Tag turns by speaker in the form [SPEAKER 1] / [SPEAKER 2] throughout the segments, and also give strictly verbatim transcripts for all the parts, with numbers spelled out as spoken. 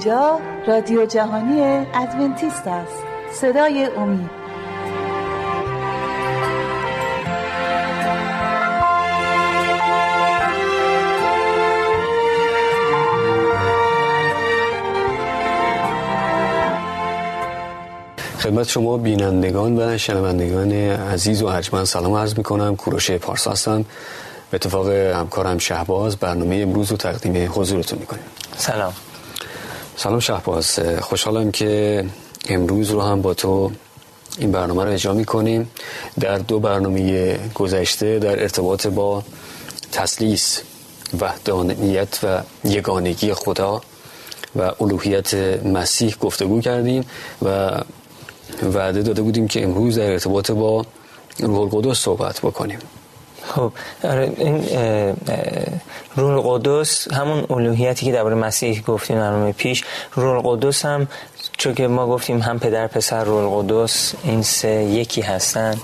[SPEAKER 1] اینجا رادیو جهانی ادونتیست است، صدای امید.
[SPEAKER 2] خدمت شما بینندگان و شنوندگان عزیز و ارجمند سلام عرض می‌کنم. کوروش پارسا هستم. به اتفاق همکارم شهباز برنامه امروز رو تقدیم حضورتون می‌کنیم.
[SPEAKER 3] سلام.
[SPEAKER 2] سلام شهباز، خوشحالم که امروز رو هم با تو این برنامه رو اجرا می‌کنیم. در دو برنامه گذشته در ارتباط با تثلیث، وحدانیت و یگانگی خدا و الوهیت مسیح گفتگو کردیم و وعده داده بودیم که امروز در ارتباط با روح القدس صحبت بکنیم.
[SPEAKER 3] خب این روح القدس همون الوهیتی که درباره مسیح گفتیم برنامه پیش، روح القدس هم چون که ما گفتیم هم پدر پسر روح القدس این سه یکی هستن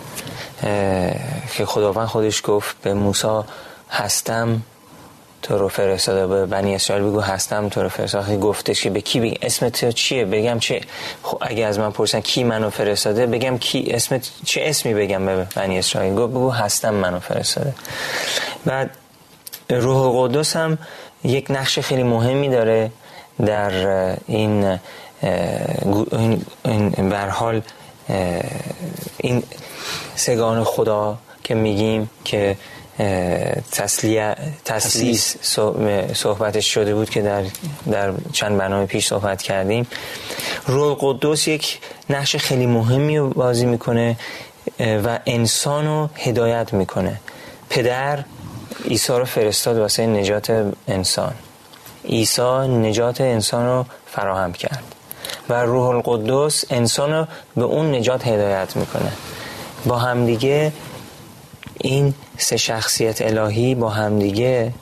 [SPEAKER 3] که خداوند خودش گفت به موسی هستم تو رو فرستاده، به بنی اسرائیل بگو هستم تو رو فرستاده. گفتش که به کی بگم اسمت چیه، بگم چه؟ خب اگه از من پرسن کی منو فرستاده بگم کی اسمت چه اسمی بگم به بنی اسرائیل؟ گفت بگو هستم منو فرستاده. بعد روح القدس هم یک نقش خیلی مهمی داره در این این, این به هر حال این سگان خدا که میگیم که تسلیه تسلیث صحبتش شده بود که در در چند برنامه پیش صحبت کردیم. روح القدس یک نقش خیلی مهمی رو بازی میکنه و انسان رو هدایت میکنه. پدر عیسی رو فرستاد واسه نجات انسان، عیسی نجات انسان رو فراهم کرد و روح القدس انسان رو به اون نجات هدایت میکنه. با همدیگه این سه شخصیت الهی با همدیگه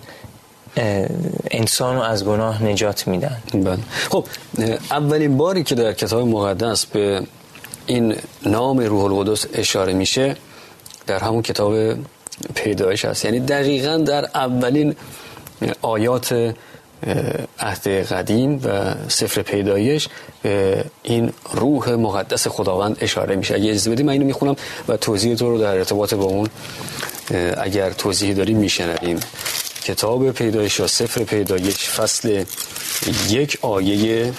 [SPEAKER 3] انسان رو از گناه نجات میدن.
[SPEAKER 2] بله. خب اولین باری که در کتاب مقدس به این نام روح القدس اشاره میشه در همون کتاب پیدایش هست، یعنی دقیقاً در اولین آیات عهد قدیم و سفر پیدایش به این روح مقدس خداوند اشاره میشه. اگه اجازه بدید من اینو میخونم و توضیح تو رو در ارتباط با اون اگر توضیحی داریم میشنویم. کتاب پیدایش یا سفر پیدایش فصل یک آیه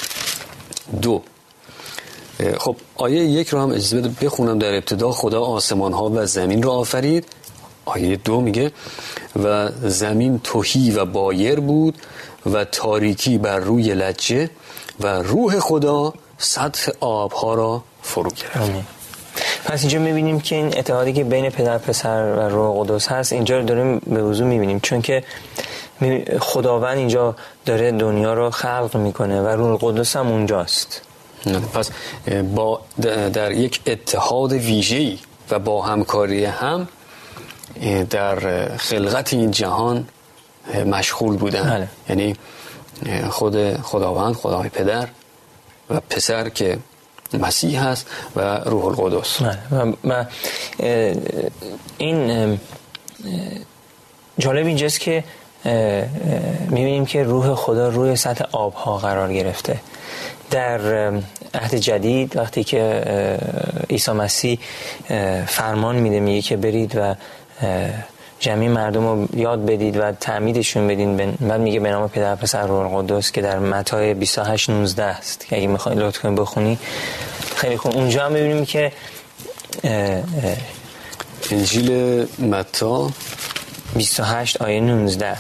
[SPEAKER 2] دو. خب آیه یک رو هم اجازه بده بخونم. در ابتدا خدا آسمان ها و زمین رو آفرید. آیه دو میگه و زمین تهی و بایر بود و تاریکی بر روی لجه و روح خدا سطح آبها را فرو گرفت.
[SPEAKER 3] پس اینجا میبینیم که این اتحادی که بین پدر پسر و روح قدس هست اینجا رو داریم به وضوح میبینیم، چون که خداوند اینجا داره دنیا رو خلق میکنه و روح قدس هم اونجاست.
[SPEAKER 2] پس با در یک اتحاد ویژه‌ای و با همکاری هم در خلقت این جهان مشغول بودن.
[SPEAKER 3] بله.
[SPEAKER 2] یعنی خود خداوند، خدای پدر و پسر که مسیح هست و روح القدس.
[SPEAKER 3] بله. و این جالب اینجاست که میبینیم که روح خدا روی سطح آبها قرار گرفته. در عهد جدید وقتی که عیسی مسیح فرمان میده میگه که برید و جمعی مردم رو یاد بدید و تعمیدشون بدین، بعد میگه به نام پدر پسر روح القدس که در متی بیست و هشت نوزده است که اگه میخواین لطف کنید بخونی خیلی خوب. اونجا هم میبینیم که
[SPEAKER 2] انجیل متی
[SPEAKER 3] بیست و هشت آیه نوزده.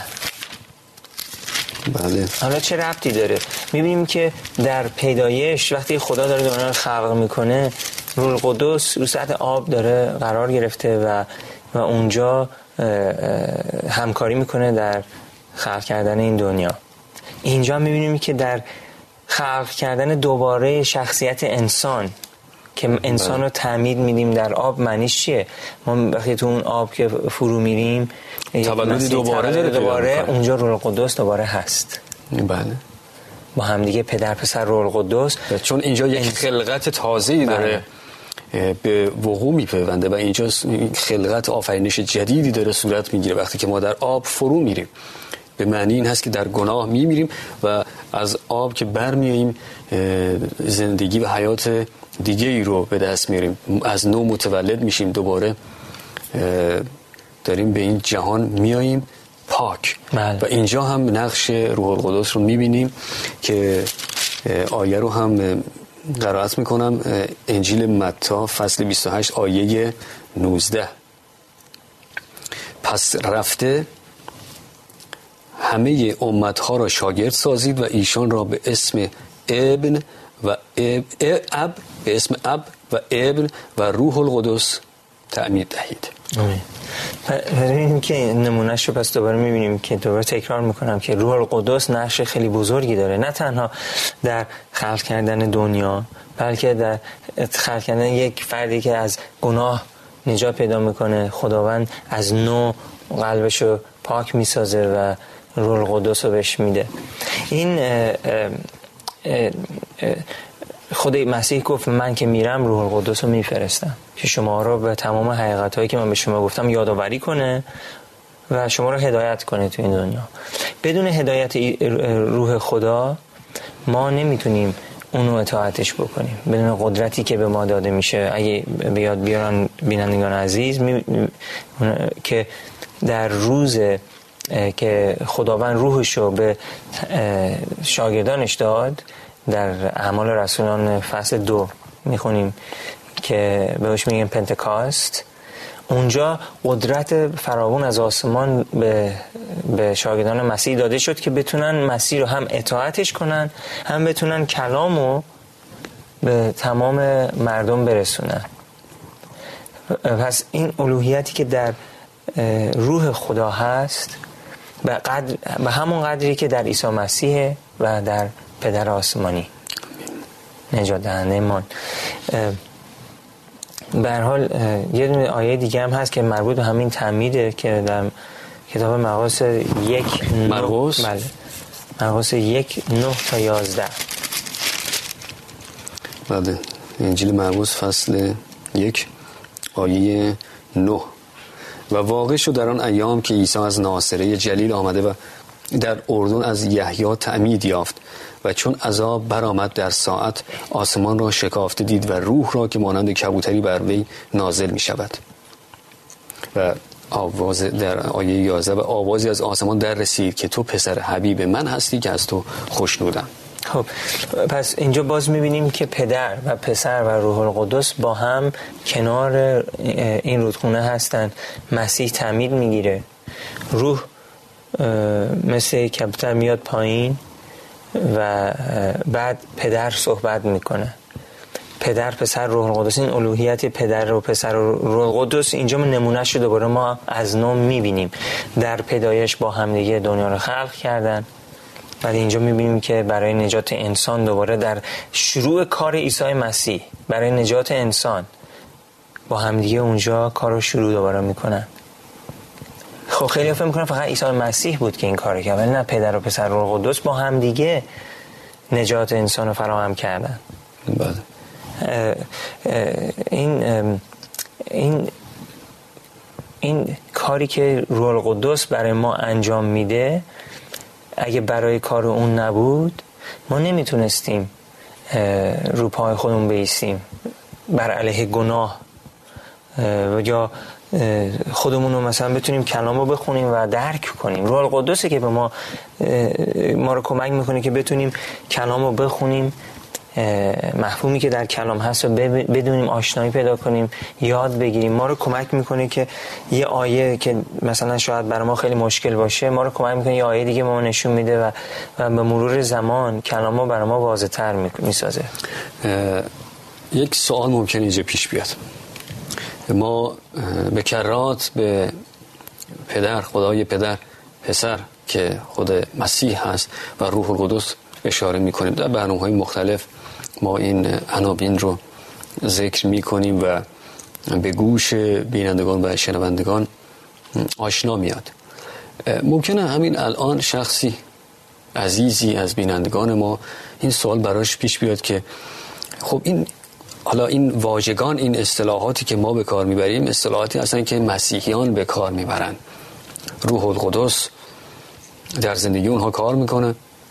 [SPEAKER 2] بله.
[SPEAKER 3] حالا چه ربطی داره؟ میبینیم که در پیدایش وقتی خدا داره دنیا رو خلق میکنه روح القدس رو سطح آب داره قرار گرفته و و اونجا همکاری میکنه در خلق کردن این دنیا. اینجا میبینیم که در خلق کردن دوباره شخصیت انسان که انسان رو تعمید میدیم در آب، معنیش چیه؟ ما وقتی تو اون آب که فرو میریم
[SPEAKER 2] تولد دوباره داره
[SPEAKER 3] دوباره اونجا روح القدس دوباره هست.
[SPEAKER 2] بله.
[SPEAKER 3] با هم دیگه پدر پسر روح القدس،
[SPEAKER 2] چون اینجا یک خلقت تازه‌ای داره به وقوع میپیونده و اینجا خلقت آفرینش جدیدی داره صورت میگیره. وقتی که ما در آب فرو میریم به معنی این هست که در گناه میمیریم و از آب که برمیاییم زندگی و حیات دیگه ای رو به دست میاریم، از نو متولد میشیم، دوباره داریم به این جهان میاییم پاک.
[SPEAKER 3] بله.
[SPEAKER 2] و اینجا هم نقش روح القدس رو میبینیم که آیه رو هم قرائت میکنم. انجیل متی فصل بیست و هشت آیه نوزده. پس رفته همه امتها را شاگرد سازید و ایشان را به اسم ابن و اب, اب به اسم اب و ابن و روح القدس تعمید دهید.
[SPEAKER 3] آمین. ببینیم که نمونهش رو پس دوباره میبینیم که دوباره تکرار میکنم که روح القدس نقش خیلی بزرگی داره، نه تنها در خلق کردن دنیا بلکه در خلق کردن یک فردی که از گناه نجات پیدا میکنه. خداوند از نو قلبش رو پاک میسازه و روح القدس رو بهش میده. این اه اه اه خود مسیح گفت من که میرم روح القدس رو میفرستم که شما رو به تمام حقیقت هایی که من به شما گفتم یادآوری کنه و شما رو هدایت کنه تو این دنیا. بدون هدایت روح خدا ما نمیتونیم اونو اطاعتش بکنیم، بدون قدرتی که به ما داده میشه. اگه بیاد بیارن بینندگان عزیز می... که در روز که خداوند روحش رو به شاگردانش داد، در اعمال رسولان فصل دو میخونیم که بهش میگن پنتکاست، اونجا قدرت فراوان از آسمان به به شاگردان مسیح داده شد که بتونن مسیح رو هم اطاعتش کنن، هم بتونن کلامو به تمام مردم برسونن. پس این الوهیتی که در روح خدا هست به قدر به همون قدری که در عیسی مسیح و در پدر آسمانی نجات دهنده ما. به هر حال یه دونه آیه دیگه هم هست که مربوط به همین تعمیده که در کتاب مرقس یک
[SPEAKER 2] مرقس
[SPEAKER 3] بله مرقس یک نه تا یازده.
[SPEAKER 2] بله انجیل مرقس فصل یک آیه نه. و واقع شد در آن ایام که عیسی از ناصره جلیل آمده و در اردن از یحیی تعمید یافت و چون عذاب برآمد در ساعت آسمان را شکافته دید و روح را که مانند کبوتری بر وی نازل می شود. و آواز در آیه یازده و آوازی از آسمان در رسید که تو پسر حبیب من هستی که از تو خوشنودم.
[SPEAKER 3] خب پس اینجا باز میبینیم که پدر و پسر و روح القدس با هم کنار این رودخونه هستن. مسیح تعمید میگیره، روح مثل کبوتر میاد پایین و بعد پدر صحبت میکنه. پدر پسر روح القدس، این الوهیت پدر و پسر و روح القدس اینجا نمونهش رو دوباره ما از نو میبینیم. در پیدایش با همدیگه دنیا رو خلق کردن. بعد اینجا میبینیم که برای نجات انسان دوباره در شروع کار عیسی مسیح برای نجات انسان با همدیگه اونجا کار رو شروع دوباره میکنن. خب خیلی فکر میکنن فقط عیسی مسیح بود که این کار کرد، ولی نه، پدر و پسر روح القدس با همدیگه نجات انسان رو فراهم کردن.
[SPEAKER 2] بله.
[SPEAKER 3] این این این کاری که روح القدس برای ما انجام میده، اگه برای کار اون نبود ما نمیتونستیم رو پای خودمون بایستیم بر علیه گناه یا خودمون رو مثلا بتونیم کلام رو بخونیم و درک کنیم. روح القدسه که به ما ما رو کمک میکنه که بتونیم کلام رو بخونیم، مفهومی که در کلام هست رو بدونیم، آشنایی پیدا کنیم، یاد بگیریم. ما رو کمک میکنه که یه آیه که مثلا شاید برای ما خیلی مشکل باشه، ما رو کمک میکنه یه آیه دیگه ما نشون میده و, و به مرور زمان کلام رو برای ما واضح تر میسازه.
[SPEAKER 2] یک سوال ممکنه اینجا پیش بیاد. ما به کرات به پدر، خدای پدر، پسر که خود مسیح هست و روح القدس اشاره میکنیم. در برنامه‌های مختلف ما این عناوین رو ذکر میکنیم و به گوش بینندگان و شنوندگان آشنا میاد. ممکنه همین الان شخصی عزیزی از بینندگان ما این سوال براش پیش بیاد که خب این حالا این واژگان، این اصطلاحاتی که ما به کار میبریم اصطلاحاتی هستن که مسیحیان به کار میبرن. روح القدس در زندگی اونها کار میکنه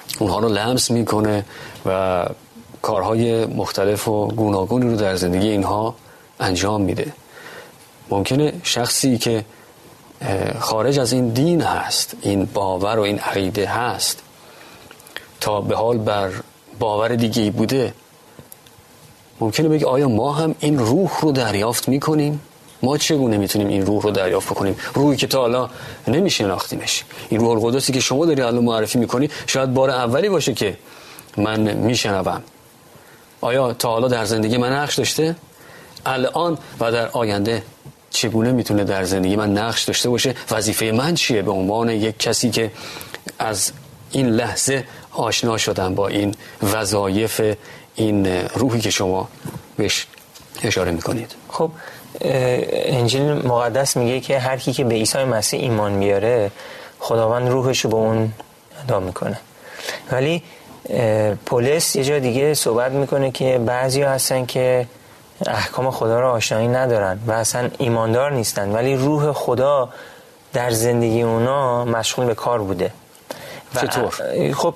[SPEAKER 2] اونها رو لمس میکنه و کارهای مختلف و گوناگونی رو در زندگی اینها انجام میده. ممکنه شخصی که خارج از این دین هست، این باور و این عقیده هست، تا به حال بر باور دیگه‌ای بوده، ممکنه بگه آیا ما هم این روح رو دریافت میکنیم؟ ما چگونه میتونیم این روح رو دریافت بکنیم؟ روحی که تا حالا نمیشناختیمش. این روح القدسی که شما داری الان معرفی میکنی شاید بار اولی باشه که من میشنوم. آیا تا حالا در زندگی من نقش داشته؟ الان و در آینده چگونه میتونه در زندگی من نقش داشته باشه؟ وظیفه من چیه به عنوان یک کسی که از این لحظه آشنا شدم با این وظایف این روحی که شما بهش اشاره میکنید؟
[SPEAKER 3] خب انجیل مقدس میگه که هر کی که به عیسی مسیح ایمان میاره خداوند روحش رو به اون عطا میکنه. ولی پولس یه جا دیگه صحبت میکنه که بعضیا هستن که احکام خدا رو آشنایی ندارن و اصلا ایماندار نیستن، ولی روح خدا در زندگی اونا مشغول به کار بوده.
[SPEAKER 2] چطور؟
[SPEAKER 3] خب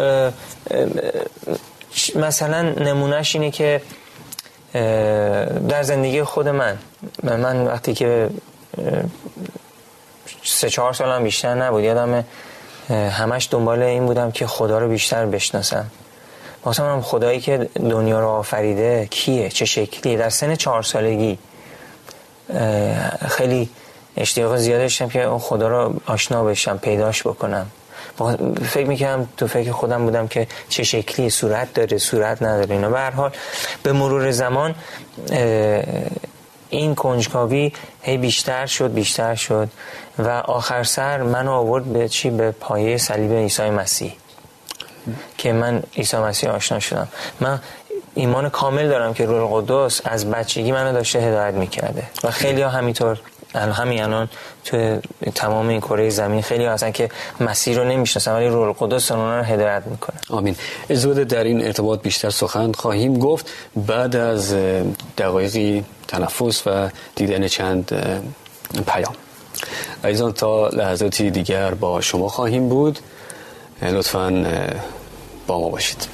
[SPEAKER 3] مثلا نمونهش اینه که در زندگی خود من من وقتی که سه چهار سالم بیشتر نبود، یادم همش دنبال این بودم که خدا رو بیشتر بشناسم. مثلا خدایی که دنیا رو آفریده کیه، چه شکلیه. در سن چهار سالگی خیلی اشتیاق زیاد داشتم که اون خدا رو آشنا بشم، پیداش بکنم. فکر میکنم تو فکر خودم بودم که چه شکلی، صورت داره صورت نداره اینا. به هر حال به مرور زمان این کنجکاوی هی بیشتر شد بیشتر شد و آخر سر منو آورد به چی؟ به پایه صلیب عیسی مسیح که من عیسی مسیح آشنا شدم. من ایمان کامل دارم که روح القدس از بچگی منو داشته هدایت میکرده و خیلی ها همینطور همین الان تو تمام این کره زمین خیلی ها هستن که مسیح رو نمیشناسن ولی روح القدس اونا رو هدایت میکنه.
[SPEAKER 2] آمین. اجازه در این ارتباط بیشتر سخن خواهیم گفت بعد از دقایقی تنفس و دیدن چند پیام. عزیزان تا لحظاتی دیگر با شما خواهیم بود، لطفاً با ما باشید.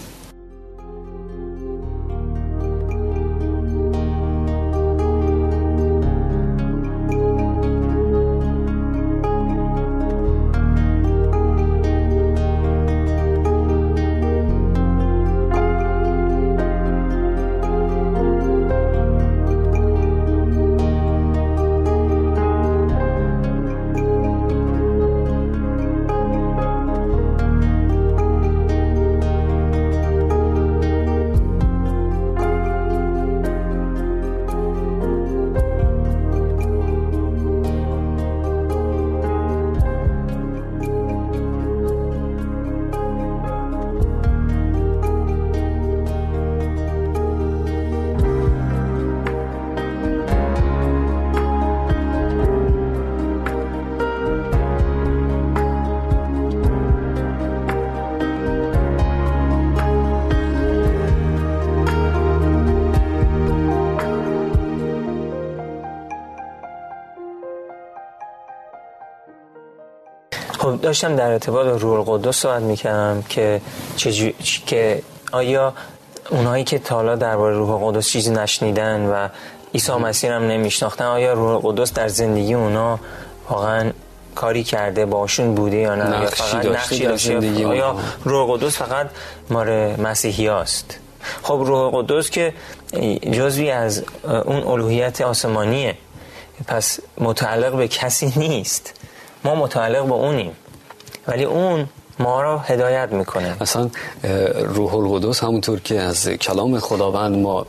[SPEAKER 3] خب داشتم در ارتباط روح القدس صحبت میکردم که چجور... که آیا اونایی که تا حالا درباره روح القدس چیزی نشنیدن و عیسی مسیح هم نمیشناختن، آیا روح القدس در زندگی اونا واقعا کاری کرده، باشون بوده یا نه؟
[SPEAKER 2] نقشی
[SPEAKER 3] یا فقط
[SPEAKER 2] داشته در زندگی؟
[SPEAKER 3] آیا روح القدس فقط مال مسیحی هاست؟ خب روح القدس که جزوی از اون الوهیت آسمانیه، پس متعلق به کسی نیست، ما متعلق به اونیم، ولی اون ما را هدایت میکنه.
[SPEAKER 2] اصلا روح القدس همونطور که از کلام خداوند ما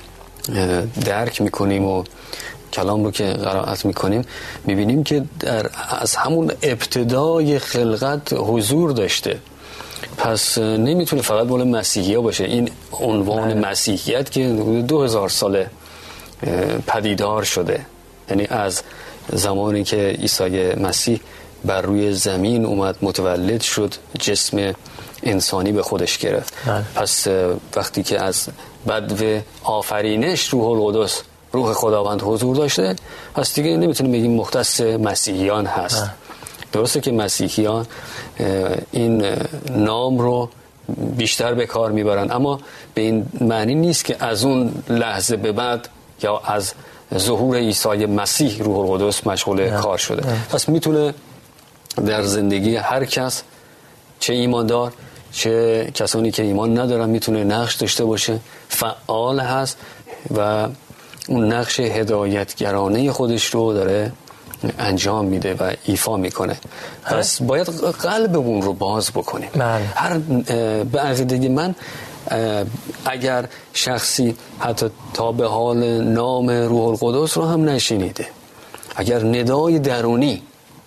[SPEAKER 2] درک میکنیم و کلام رو که قرائت میکنیم میبینیم که در از همون ابتدای خلقت حضور داشته. پس نمیتونه فقط مال مسیحی ها باشه. این عنوان بله. مسیحیت که دو هزار ساله پدیدار شده، یعنی از زمانی که عیسی مسیح بر روی زمین اومد، متولد شد، جسم انسانی به خودش گرفت. بله. پس وقتی که از بدو آفرینش روح القدس، روح خداوند حضور داشته، پس دیگه نمیتونیم بگیم مختص مسیحیان هست. بله. درسته که مسیحیان این نام رو بیشتر به کار میبرن، اما به این معنی نیست که از اون لحظه به بعد یا از ظهور عیسی مسیح روح القدس مشغول نه. کار شده. نه. پس میتونه در زندگی هر کس، چه ایماندار چه کسانی که ایمان ندارن، میتونه نقش داشته باشه، فعال هست و اون نقش هدایتگرانه خودش رو داره انجام میده و ایفا میکنه. پس باید قلب اون رو باز بکنیم. من. هر به عقیده من اگر شخصی حتی تا به حال نام روح القدس رو هم نشنیده، اگر ندای درونی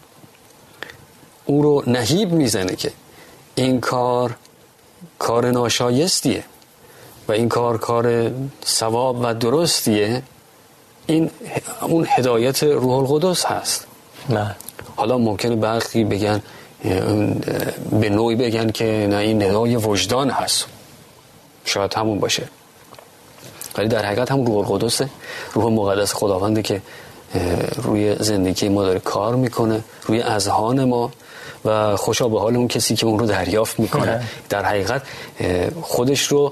[SPEAKER 2] او رو نهیب میزنه که این کار کار ناشایستیه و این کار کار ثواب و درستیه، این اون هدایت روح القدس هست. نه. حالا ممکنه برخی بگن به نوعی بگن که نه این ندای وجدان هست، شاید همون باشه، ولی در حقیقت هم روح القدس، روح مقدس خداونده که روی زندگی ما داره کار میکنه، روی اذهان ما، و خوشا به حال اون کسی که اون رو دریافت میکنه. در حقیقت خودش رو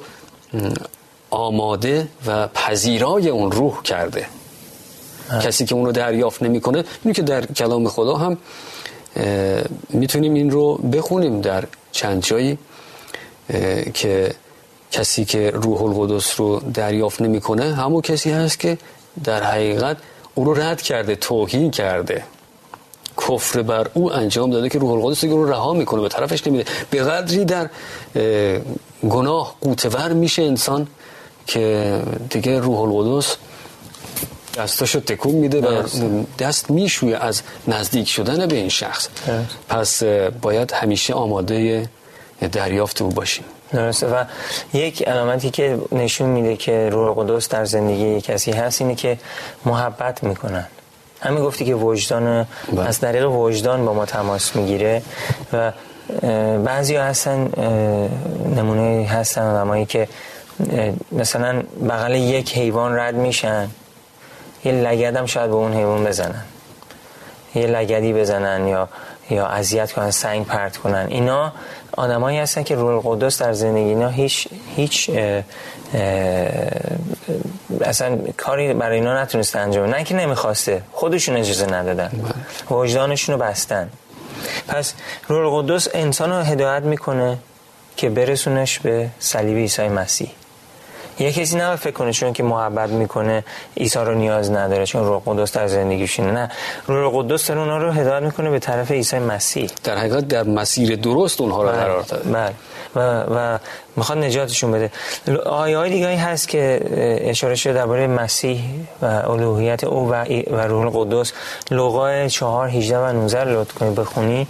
[SPEAKER 2] آماده و پذیرای اون روح کرده. اه. کسی که اون رو دریافت نمیکنه، اینو که در کلام خدا هم میتونیم این رو بخونیم در چند جایی که کسی که روح القدس رو دریافت نمیکنه همون کسی هست که در حقیقت او رو رد کرده، توهین کرده، کفر بر او انجام داده که روح القدس دیگه رو رها میکنه، به طرفش نمیده. به قدری در گناه قوتور میشه انسان که دیگه روح القدس دستاشو تکون میده و دست میشویه از نزدیک شدن به این شخص. پس باید همیشه آماده دریافت او باشیم.
[SPEAKER 3] درسته. و یک علامتی که نشون میده که روح القدس در زندگی کسی هست اینه که محبت میکنن. همین گفتی که وجدان با. از طریق وجدان با ما تماس میگیره و بعضی ها هستن، نمونه هستن آدمایی که مثلا بغل یک حیوان رد میشن، یه لگد هم شاید به اون حیوان بزنن، یه لگدی بزنن یا یا اذیت کنن، سنگ پرت کنن. اینا آدمایی هستن که روح القدس در زندگی اینا هیچ هیچ اه اه اصلا کاری برای اینا نتونسته انجام، نه که نمیخواسته، خودشون اجازه ندادن، وجدانشون رو بستن. پس روح القدس انسان رو هدایت میکنه که برسونش به صلیب عیسی مسیح. یه کسی نه فکر کنه چون که محبت میکنه عیسی رو نیاز نداره چون روح القدس در زندگیشونه. نه، روح القدس داره اونها رو هدایت میکنه به طرف عیسی مسیح،
[SPEAKER 2] در حقیقت در مسیر درست اونها رو قرار داده.
[SPEAKER 3] بله. و و میخواد نجاتشون بده. آیه های دیگه هست که اشاره شده درباره مسیح و الوهیت او و, و روح القدس. لوقا چهار هجده و نوزده لطف کنید بخونی.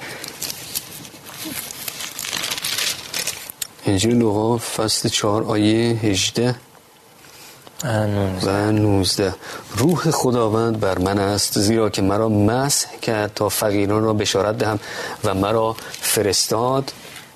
[SPEAKER 2] انجیل لوقا فصل چهار آیه هجده و نوزده. روح خداوند بر من است، زیرا که مرا مسح کرد تا فقیران را بشارت دهم و مرا فرستاد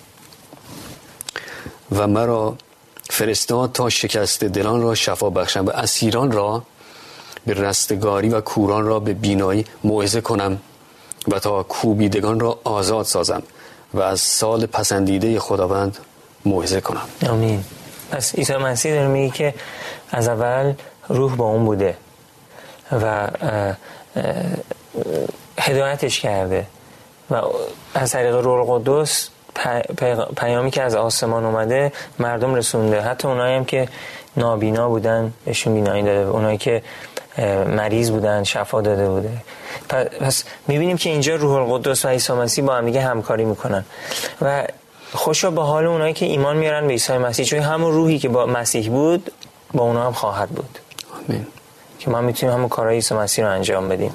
[SPEAKER 2] و مرا فرستاد تا شکسته دلان را شفا بخشم و اسیران را به رستگاری و کوران را به بینایی موعظه کنم و تا کوبیدگان را آزاد سازم و از سال پسندیده خداوند موعظه کنم.
[SPEAKER 3] آمین. پس عیسی مسیح داره میگه که از اول روح با اون بوده و اه اه هدایتش کرده و از طریق روح القدس پیامی که از آسمان اومده مردم رسونده. حتی اونایی هم که نابینا بودن بهشون بینایی داده، اونایی که مریض بودن شفا داده بوده. پس میبینیم که اینجا روح القدس و عیسی مسیح با هم دیگه همکاری میکنن و خوشا به حال اونایی که ایمان میارن به عیسی مسیح، چون همون روحی که با مسیح بود با اونا هم خواهد بود.
[SPEAKER 2] آمین.
[SPEAKER 3] که ما میتونیم همون کارهای عیسی مسیح رو انجام بدیم.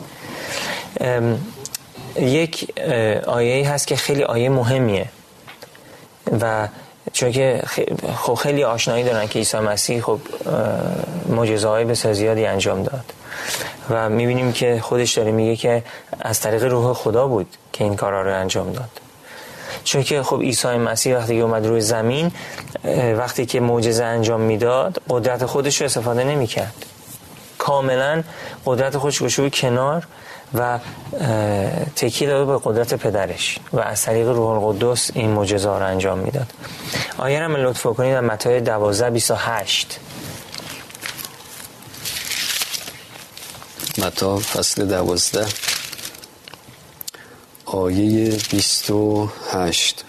[SPEAKER 3] یک آیه هست که خیلی آیه مهمیه و چون که خب خیلی آشنایی دارن که عیسی مسیح خب معجزه‌های بسیار زیادی انجام داد و میبینیم که خودش داره میگه که از طریق روح خدا بود که این کارا رو انجام داد. چون که خب عیسی مسیح وقتی که اومد روی زمین، وقتی که معجزه انجام میداد قدرت خودش رو استفاده نمی‌کرد، کاملا قدرت خودش گذاشته بود کنار و تکیه داده به قدرت پدرش و از طریق روح القدس این معجزه ها رو انجام میداد. آیه رو لطف کنید در متی دوازده بیست و هشت.
[SPEAKER 2] متی فصل دوازده آیه بیست و هشت.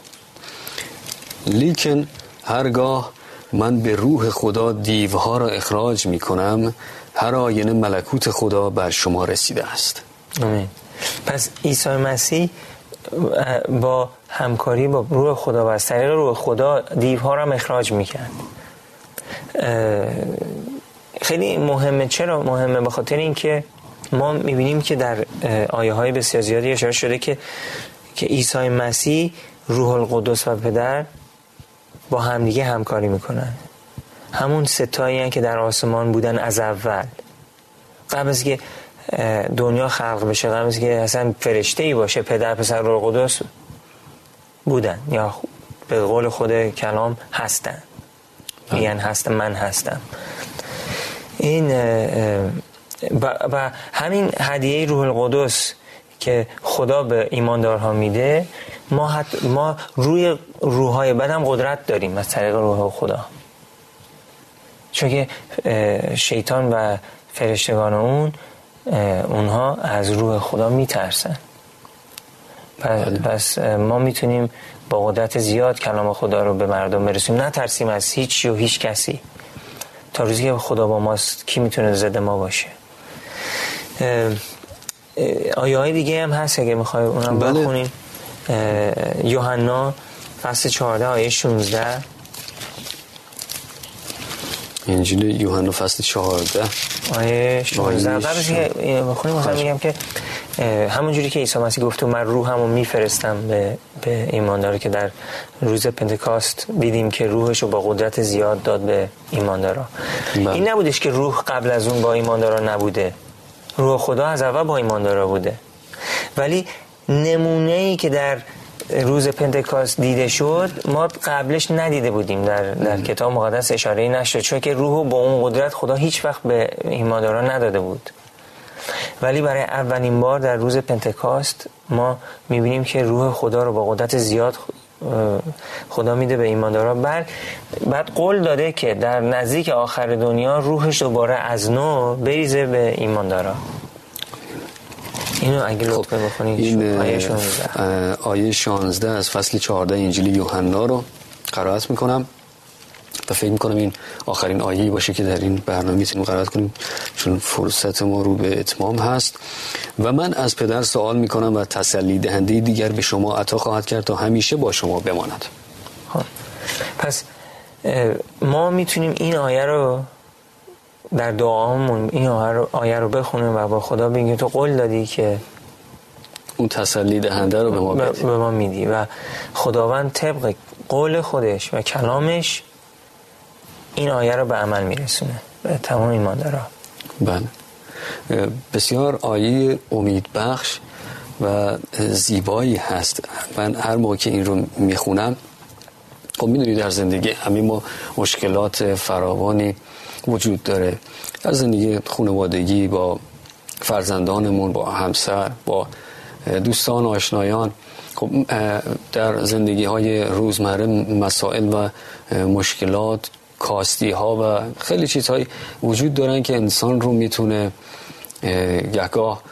[SPEAKER 2] لیکن هرگاه من به روح خدا دیوها را اخراج می کنم، هر آینه ملکوت خدا بر شما رسیده است.
[SPEAKER 3] آمین. پس عیسی مسیح با همکاری با روح خدا و از طریق روح خدا دیوها را اخراج میکرد. خیلی مهمه. چرا مهمه؟ به خاطر اینکه ما میبینیم که در آیه های بسیار زیادی اشاره شده که که عیسی مسیح، روح القدس و پدر با همدیگه همکاری میکنن. همون ستایی هستند که در آسمان بودن از اول، قبل از که دنیا خلق بشه، قبل از که اصلا فرشته‌ای باشه، پدر، پسر، روح القدس بودن، یا به قول خود کلام هستن. میگن هستم، من هستم. این و همین هدیه روح القدس که خدا به ایماندارها میده، ما حت ما روی روح‌های بد هم قدرت داریم از طریق روح خدا، چون که شیطان و فرشتگان اون اونها از روح خدا میترسن. پس ما میتونیم با قدرت زیاد کلام خدا رو به مردم برسیم، نترسیم از هیچ و هیچ کسی. تا روزی که خدا با ماست کی میتونه ضد ما باشه؟ آیه های دیگه هم هست اگه میخوای اونم
[SPEAKER 2] بله.
[SPEAKER 3] بخونیم. یوحنا فصل چهارده آیه شانزده.
[SPEAKER 2] انجیل یوحنا فصل چهارده
[SPEAKER 3] آیه شانزده. قبل از اینکه بخونیم مثلا میگم که همون جوری که عیسی مسیح گفت من روحمو میفرستم به به ایماندارا، که در روز پنتکاست دیدیم که روحشو با قدرت زیاد داد به ایماندارا. این نبودش که روح قبل از اون با ایماندارا نبوده، روح خدا از اول با ایماندارا بوده، ولی نمونه‌ای که در روز پنتکاست دیده شد ما قبلش ندیده بودیم. در در کتاب مقدس اشاره‌ای نشد، چون که روحو با اون قدرت خدا هیچ وقت به ایمانداران نداده بود. ولی برای اولین بار در روز پنتکاست ما می‌بینیم که روح خدا رو با قدرت زیاد خدا میده به ایمانداران. بعد بعد قول داده که در نزدیک آخر دنیا روحش دوباره از نو بریزه به ایمانداران. اینو اگه لطفاً بخونید.
[SPEAKER 2] این
[SPEAKER 3] آیه شانزده.
[SPEAKER 2] آیه شانزده از فصل چهارده انجیل یوحنا رو قرائت میکنم و فکر میکنم این آخرین آیه‌ای باشه که در این برنامه میتونیم قرائت کنیم، چون فرصت ما رو به اتمام هست. و من از پدر سوال میکنم و تسلی دهنده دیگر به شما عطا خواهد کرد تا همیشه با شما بماند.
[SPEAKER 3] پس ما میتونیم این آیه رو در دعامون این آیه رو, آیه رو بخونیم و با خدا بگیم تو قول دادی که
[SPEAKER 2] اون تسلی دهنده رو به ما بدی.
[SPEAKER 3] به ما میدی و خداوند طبق قول خودش و کلامش این آیه رو به عمل میرسونه به تمام ایماندارا.
[SPEAKER 2] بله، بسیار آیه امید بخش و زیبایی هست. من هر موقع که این رو میخونم، خب میدونی در زندگی همه ما مشکلات فراوانی وجود داره، در زندگی خانوادگی، با فرزندانمون، با همسر، با دوستان، آشنایان. خب در زندگی های روزمره مسائل و مشکلات، کاستی ها و خیلی چیزهایی وجود دارن که انسان رو میتونه یکگاه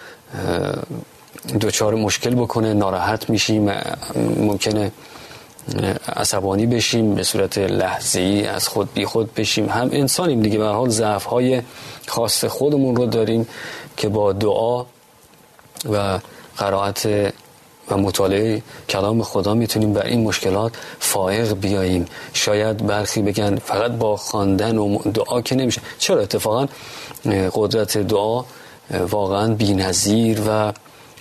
[SPEAKER 2] دوچار مشکل بکنه، ناراحت میشیم، ممکنه عصبانی بشیم، به صورت لحظه‌ای از خود بی خود بشیم. هم انسانیم دیگه، به هر حال ضعف‌های خاص خودمون رو داریم که با دعا و قرائت و مطالعه کلام خدا میتونیم بر این مشکلات فائق بیاییم. شاید برخی بگن فقط با خواندن و دعا که نمیشه. چرا؟ اتفاقا قدرت دعا واقعا بی‌نظیر و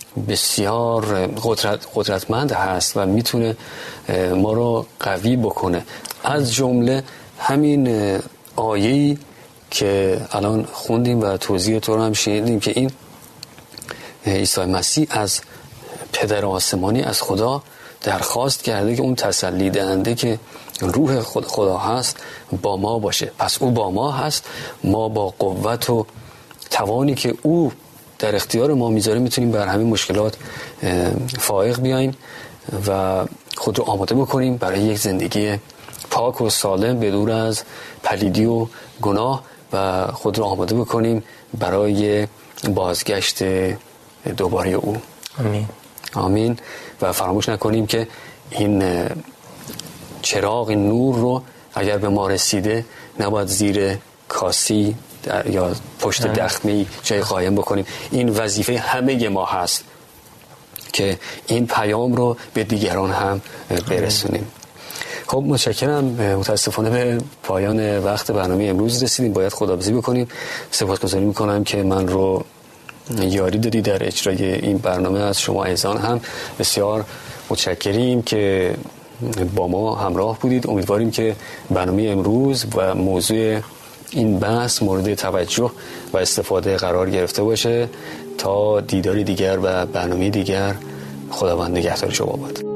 [SPEAKER 2] بسیار قدرت قدرتمند هست و میتونه ما رو قوی بکنه. از جمله همین آیه‌ای که الان خوندیم و توضیح تو رو هم شنیدیم که این عیسی مسیح از پدر آسمانی، از خدا درخواست کرده که اون تسلی دهنده که روح خدا هست با ما باشه. پس او با ما هست، ما با قوت و توانی که او در اختیار ما میذاره میتونیم بر همین مشکلات فائق بیایم و خود رو آماده بکنیم برای یک زندگی پاک و سالم بدور از پلیدی و گناه و خود رو آماده بکنیم برای بازگشت دوباره او.
[SPEAKER 3] آمین.
[SPEAKER 2] آمین. و فراموش نکنیم که این چراغ، این نور رو اگر به ما رسیده نباید زیر کاسی یا پشت دخمه‌ای جای قایم بکنیم. این وظیفه همه ما هست که این پیام رو به دیگران هم برسونیم. خب متشکرم. متاسفانه به پایان وقت برنامه امروز رسیدیم، باید خداحافظی بکنیم. سپاسگزاری میکنم که من رو یاری دادی در اجرای این برنامه. از شما عزیزان هم بسیار متشکریم که با ما همراه بودید. امیدواریم که برنامه امروز و موضوع این بحث مورد توجه و استفاده قرار گرفته باشه. تا دیداری دیگر و برنامه دیگر، خداوند نگهدار شما باد.